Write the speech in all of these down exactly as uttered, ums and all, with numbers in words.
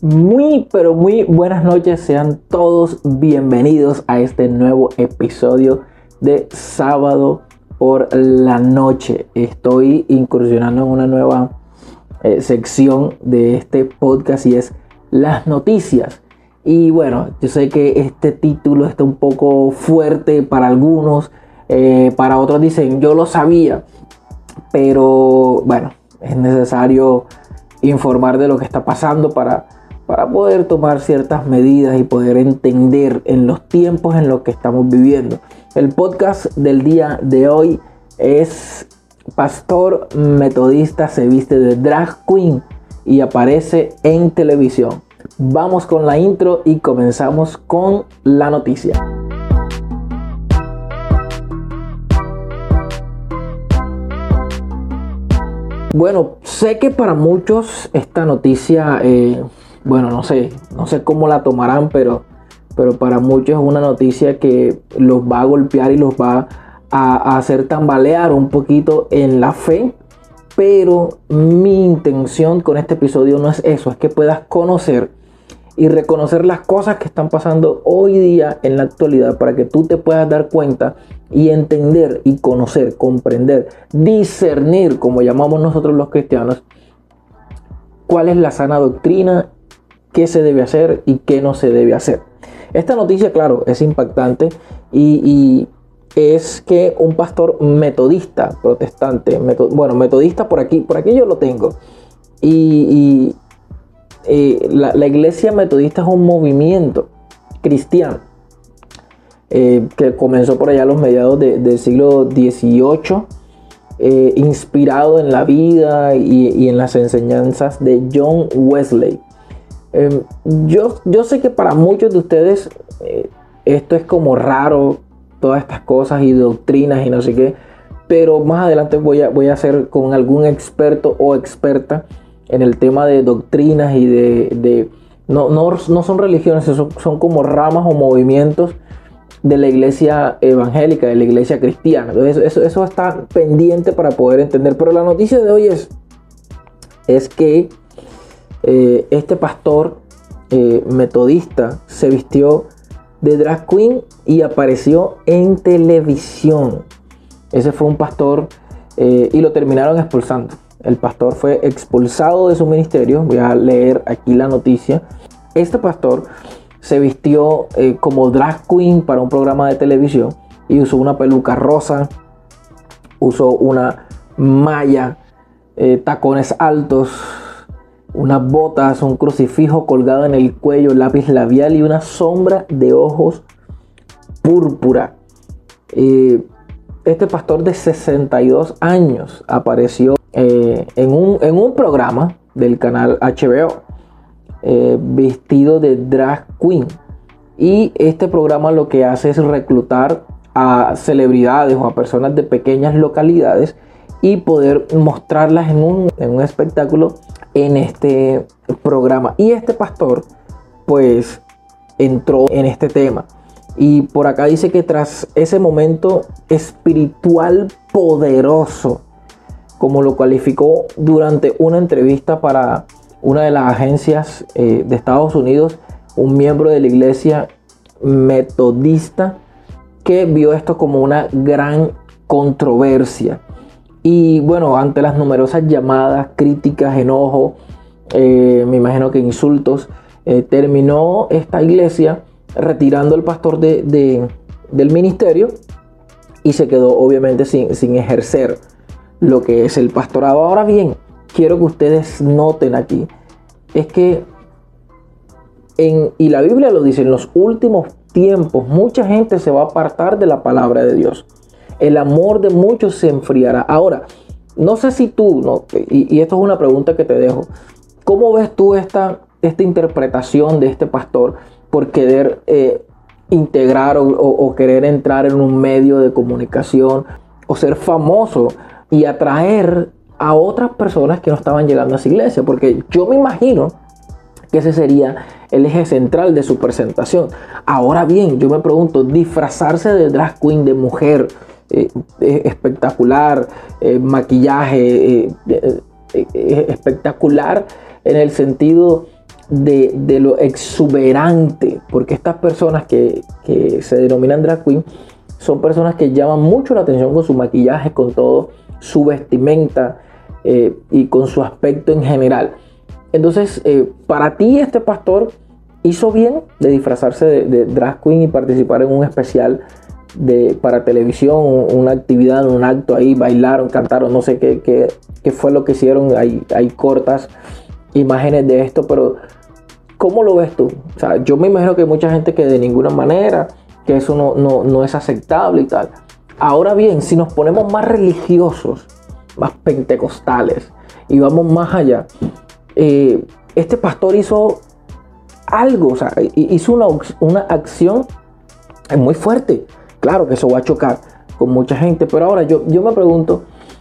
Muy, pero muy buenas noches, sean todos bienvenidos a este nuevo episodio de Sábado por la Noche. Estoy incursionando en una nueva eh, sección de este podcast y es las noticias. Y bueno, yo sé que este título está un poco fuerte para algunos, eh, para otros dicen yo lo sabía, pero bueno, es necesario informar de lo que está pasando para para poder tomar ciertas medidas y poder entender en los tiempos en los que estamos viviendo. El podcast del día de hoy es Pastor metodista se viste de drag queen y aparece en televisión. Vamos con la intro y comenzamos con la noticia. Bueno, sé que para muchos esta noticia... Eh, Bueno, no sé, no sé cómo la tomarán, pero, pero para muchos es una noticia que los va a golpear y los va a, a hacer tambalear un poquito en la fe. Pero mi intención con este episodio no es eso, es que puedas conocer y reconocer las cosas que están pasando hoy día en la actualidad para que tú te puedas dar cuenta y entender y conocer, comprender, discernir, como llamamos nosotros los cristianos, cuál es la sana doctrina, qué se debe hacer y qué no se debe hacer. Esta noticia, claro, es impactante y, y es que un pastor metodista, protestante, meto, bueno, metodista por aquí, por aquí yo lo tengo. Y, y eh, la, la iglesia metodista es un movimiento cristiano eh, que comenzó por allá a los mediados de, del siglo dieciocho, eh, inspirado en la vida y, y en las enseñanzas de John Wesley. Eh, yo, yo sé que para muchos de ustedes eh, esto es como raro, todas estas cosas y doctrinas y no sé qué, pero más adelante voy a, voy a hacer con algún experto o experta en el tema de doctrinas y de... de no, no, no son religiones, son, son como ramas o movimientos de la iglesia evangélica, de la iglesia cristiana. Entonces eso, eso está pendiente para poder entender, pero la noticia de hoy es, es que Eh, este pastor eh, metodista se vistió de drag queen y apareció en televisión. Ese fue un pastor eh, y lo terminaron expulsando. El pastor fue expulsado de su ministerio. Voy a leer aquí la noticia. Este pastor se vistió eh, como drag queen para un programa de televisión y usó una peluca rosa, usó una malla, eh, tacones altos, unas botas, un crucifijo colgado en el cuello, lápiz labial y una sombra de ojos púrpura. Eh, este pastor de sesenta y dos años apareció eh, en, un, en un programa del canal H B O eh, vestido de drag queen. Y este programa lo que hace es reclutar a celebridades o a personas de pequeñas localidades y poder mostrarlas en un, en un espectáculo en este programa. Y este pastor pues entró en este tema y por acá dice que tras ese momento espiritual poderoso, como lo calificó durante una entrevista para una de las agencias eh, de Estados Unidos, un miembro de la iglesia metodista que vio esto como una gran controversia. Y bueno, ante las numerosas llamadas, críticas, enojo, eh, me imagino que insultos, eh, terminó esta iglesia retirando al pastor de, de, del ministerio y se quedó obviamente sin, sin ejercer lo que es el pastorado. Ahora bien, quiero que ustedes noten aquí, es que, en, y la Biblia lo dice, en los últimos tiempos mucha gente se va a apartar de la palabra de Dios. El amor de muchos se enfriará. Ahora, no sé si tú, no, y, y esto es una pregunta que te dejo, ¿cómo ves tú esta, esta interpretación de este pastor por querer eh, integrar o, o, o querer entrar en un medio de comunicación o ser famoso y atraer a otras personas que no estaban llegando a esa iglesia? Porque yo me imagino que ese sería el eje central de su presentación. Ahora bien, yo me pregunto, disfrazarse de drag queen, de mujer, Eh, eh, espectacular, eh, maquillaje eh, eh, eh, espectacular en el sentido de, de lo exuberante, porque estas personas que, que se denominan drag queen son personas que llaman mucho la atención con su maquillaje, con todo su vestimenta eh, y con su aspecto en general. Entonces, eh, para ti este pastor hizo bien de disfrazarse de, de drag queen y participar en un especial de, para televisión, una actividad, un acto ahí, bailaron, cantaron, no sé qué, qué, qué fue lo que hicieron. Hay, hay cortas imágenes de esto, pero ¿cómo lo ves tú? O sea, yo me imagino que hay mucha gente que de ninguna manera, que eso no, no, no es aceptable y tal. Ahora bien, si nos ponemos más religiosos, más pentecostales y vamos más allá, eh, este pastor hizo algo, o sea, hizo una, una acción muy fuerte. Claro que eso va a chocar con mucha gente, pero ahora yo, yo me pregunto,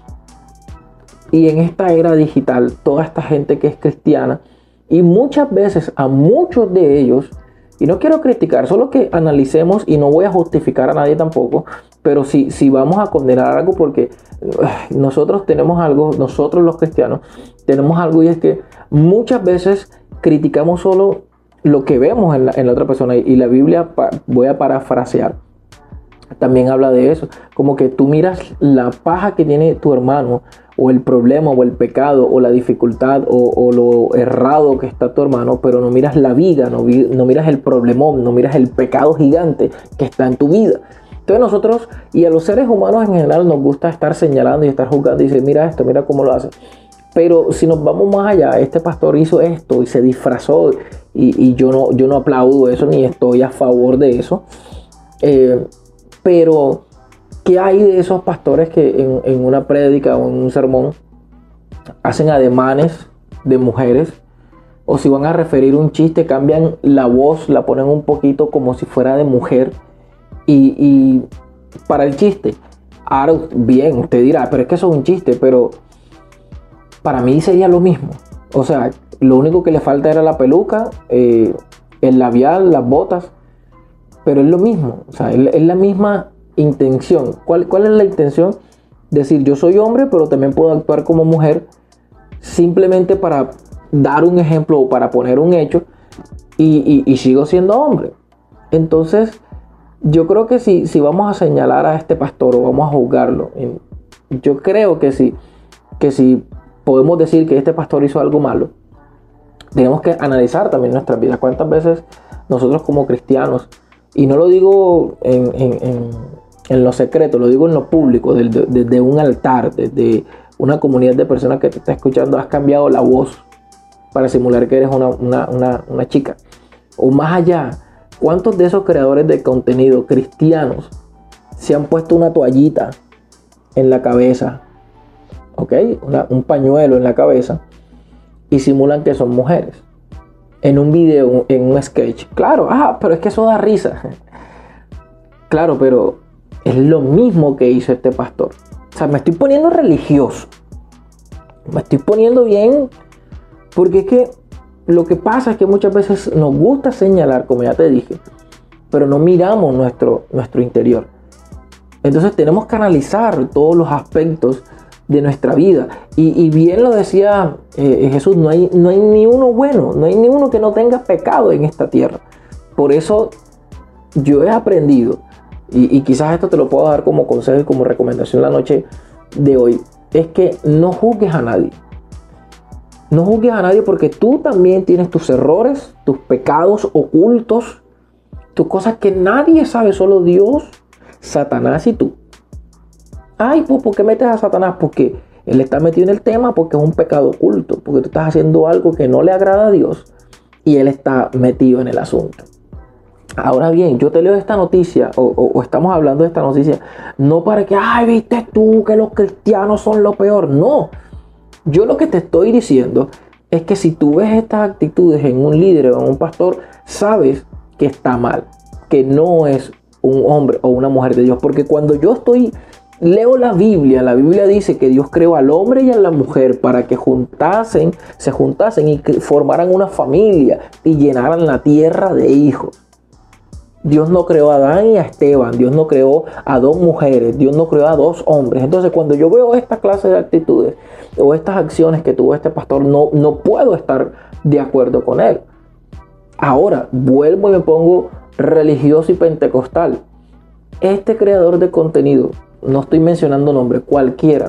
y en esta era digital, toda esta gente que es cristiana, y muchas veces a muchos de ellos, y no quiero criticar, solo que analicemos, y no voy a justificar a nadie tampoco, pero si, si vamos a condenar algo, porque uh, nosotros tenemos algo, nosotros los cristianos, tenemos algo, y es que muchas veces criticamos solo lo que vemos en la, en la otra persona, y la Biblia, pa, voy a parafrasear, también habla de eso, como que tú miras la paja que tiene tu hermano, o el problema, o el pecado, o la dificultad, o, o lo errado que está tu hermano, pero no miras la viga, no, no miras el problemón, no miras el pecado gigante que está en tu vida. Entonces nosotros, y a los seres humanos en general, nos gusta estar señalando y estar juzgando y decir, mira esto, mira cómo lo hace. Pero si nos vamos más allá, este pastor hizo esto y se disfrazó, y, y yo, no, yo no aplaudo eso, ni estoy a favor de eso. Eh, pero ¿qué hay de esos pastores que en, en una prédica o en un sermón hacen ademanes de mujeres? O si van a referir un chiste, cambian la voz, la ponen un poquito como si fuera de mujer. Y, y para el chiste, ahora bien, usted dirá, pero es que eso es un chiste, pero para mí sería lo mismo. O sea, lo único que le falta era la peluca, eh, el labial, las botas, pero es lo mismo. O sea, es, es la misma intención. ¿Cuál, ¿Cuál es la intención? Decir, yo soy hombre, pero también puedo actuar como mujer, simplemente para dar un ejemplo o para poner un hecho, y, y, y sigo siendo hombre. Entonces, yo creo que si, si vamos a señalar a este pastor o vamos a juzgarlo, yo creo que si, que si podemos decir que este pastor hizo algo malo, tenemos que analizar también nuestras vidas. ¿Cuántas veces nosotros como cristianos, y no lo digo en, en, en, en lo secreto, lo digo en lo público, desde, desde un altar, desde una comunidad de personas que te está escuchando, has cambiado la voz para simular que eres una, una, una, una chica? O más allá, ¿cuántos de esos creadores de contenido cristianos se han puesto una toallita en la cabeza, ¿ok? Una, un pañuelo en la cabeza, y simulan que son mujeres? En un video, en un sketch. Claro, ah, pero es que eso da risa. Claro, pero es lo mismo que hizo este pastor. O sea, me estoy poniendo religioso. Me estoy poniendo bien, porque es que lo que pasa es que muchas veces nos gusta señalar, como ya te dije, pero no miramos nuestro, nuestro interior. Entonces tenemos que analizar todos los aspectos de nuestra vida. Y, y bien lo decía eh, Jesús, no hay, no hay ni uno bueno, no hay ni uno que no tenga pecado en esta tierra. Por eso yo he aprendido, y, y quizás esto te lo puedo dar como consejo y como recomendación la noche de hoy, es que no juzgues a nadie. No juzgues a nadie, porque tú también tienes tus errores, tus pecados ocultos, tus cosas que nadie sabe, solo Dios, Satanás y tú. Ay, pues, ¿por qué metes a Satanás? Porque él está metido en el tema, porque es un pecado oculto, porque tú estás haciendo algo que no le agrada a Dios y él está metido en el asunto. Ahora bien, yo te leo esta noticia, o, o, o estamos hablando de esta noticia, no para que, ay, viste tú que los cristianos son lo peor. No, yo lo que te estoy diciendo es que si tú ves estas actitudes en un líder o en un pastor, sabes que está mal, que no es un hombre o una mujer de Dios. Porque cuando yo estoy leo la Biblia, la Biblia dice que Dios creó al hombre y a la mujer para que juntasen, se juntasen y formaran una familia y llenaran la tierra de hijos. Dios no creó a Adán y a Esteban, Dios no creó a dos mujeres, Dios no creó a dos hombres. Entonces, cuando yo veo esta clase de actitudes o estas acciones que tuvo este pastor, no, no puedo estar de acuerdo con él. Ahora, vuelvo y me pongo religioso y pentecostal. Este creador de contenido, no estoy mencionando nombre, cualquiera,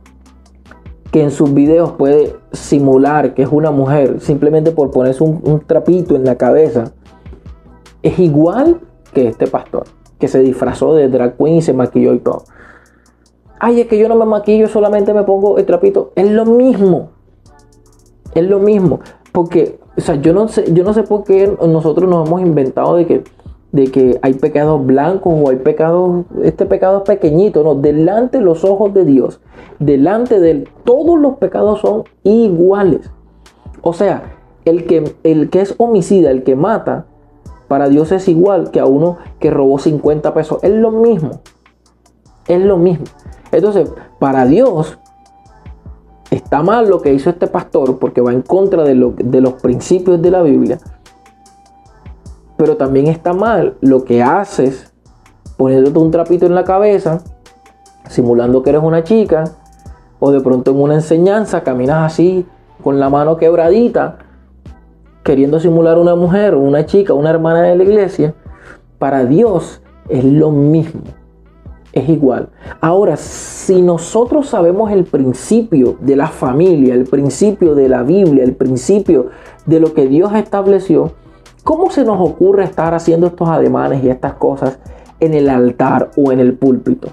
que en sus videos puede simular que es una mujer simplemente por ponerse un, un trapito en la cabeza, es igual que este pastor, que se disfrazó de drag queen y se maquilló y todo. Ay, es que yo no me maquillo, solamente me pongo el trapito. Es lo mismo. Es lo mismo. Porque, o sea, yo no sé, yo no sé por qué nosotros nos hemos inventado de que, de que hay pecados blancos o hay pecados, este pecado es pequeñito. No, delante de los ojos de Dios, delante de Él, todos los pecados son iguales. O sea, el que, el que es homicida, el que mata, para Dios es igual que a uno que robó cincuenta pesos. Es lo mismo. Es lo mismo. Entonces, para Dios está mal lo que hizo este pastor porque va en contra de, lo, de los principios de la Biblia. Pero también está mal lo que haces poniéndote un trapito en la cabeza, simulando que eres una chica, o de pronto en una enseñanza caminas así con la mano quebradita, queriendo simular una mujer, una chica, una hermana de la iglesia. Para Dios es lo mismo. Es igual. Ahora, si nosotros sabemos el principio de la familia, el principio de la Biblia, el principio de lo que Dios estableció, ¿cómo se nos ocurre estar haciendo estos ademanes y estas cosas en el altar o en el púlpito?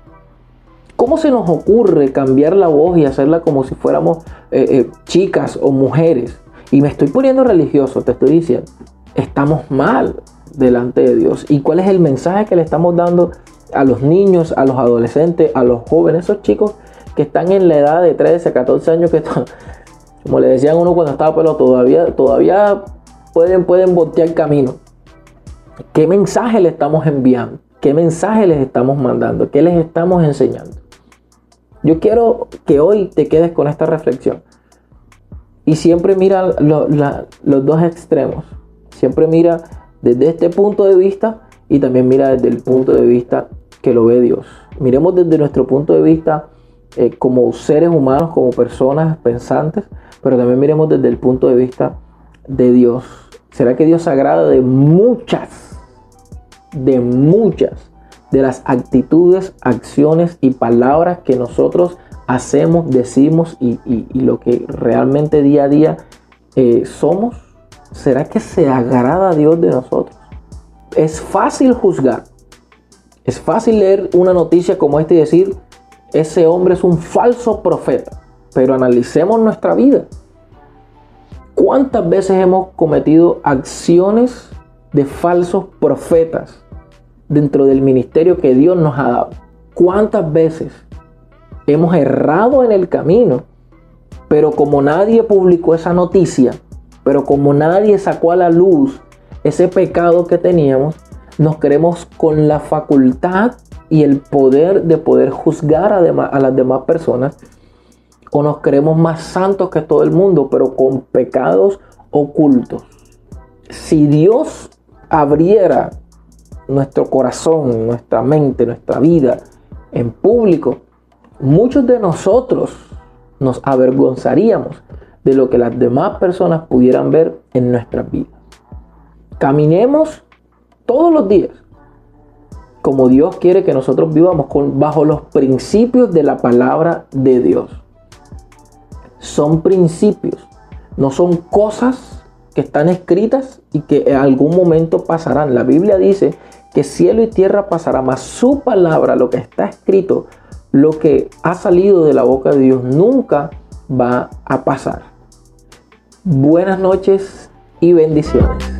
¿Cómo se nos ocurre cambiar la voz y hacerla como si fuéramos eh, eh, chicas o mujeres? Y me estoy poniendo religioso, te estoy diciendo. Estamos mal delante de Dios. ¿Y cuál es el mensaje que le estamos dando a los niños, a los adolescentes, a los jóvenes, esos chicos que están en la edad de trece, catorce años, que como le decían uno cuando estaba pelo, todavía, todavía pueden, pueden voltear el camino? ¿Qué mensaje le estamos enviando? ¿Qué mensaje les estamos mandando? ¿Qué les estamos enseñando? Yo quiero que hoy te quedes con esta reflexión. Y siempre mira lo, la, los dos extremos. Siempre mira desde este punto de vista y también mira desde el punto de vista que lo ve Dios. Miremos desde nuestro punto de vista eh, como seres humanos, como personas pensantes, pero también miremos desde el punto de vista de Dios. ¿Será que Dios se agrada de muchas, de muchas de las actitudes, acciones y palabras que nosotros hacemos, decimos y, y, y lo que realmente día a día eh, somos? ¿Será que se agrada a Dios de nosotros? Es fácil juzgar. Es fácil leer una noticia como esta y decir, ese hombre es un falso profeta. Pero analicemos nuestra vida. ¿Cuántas veces hemos cometido acciones de falsos profetas dentro del ministerio que Dios nos ha dado? ¿Cuántas veces hemos errado en el camino? Pero como nadie publicó esa noticia, pero como nadie sacó a la luz ese pecado que teníamos, nos creemos con la facultad y el poder de poder juzgar a, demás, a las demás personas, o nos creemos más santos que todo el mundo, pero con pecados ocultos. Si Dios abriera nuestro corazón, nuestra mente, nuestra vida en público, muchos de nosotros nos avergonzaríamos de lo que las demás personas pudieran ver en nuestras vidas. Caminemos todos los días como Dios quiere que nosotros vivamos, con, bajo los principios de la palabra de Dios. Son principios, no son cosas que están escritas y que en algún momento pasarán. La Biblia dice que cielo y tierra pasará, mas su palabra, lo que está escrito, lo que ha salido de la boca de Dios, nunca va a pasar. Buenas noches y bendiciones.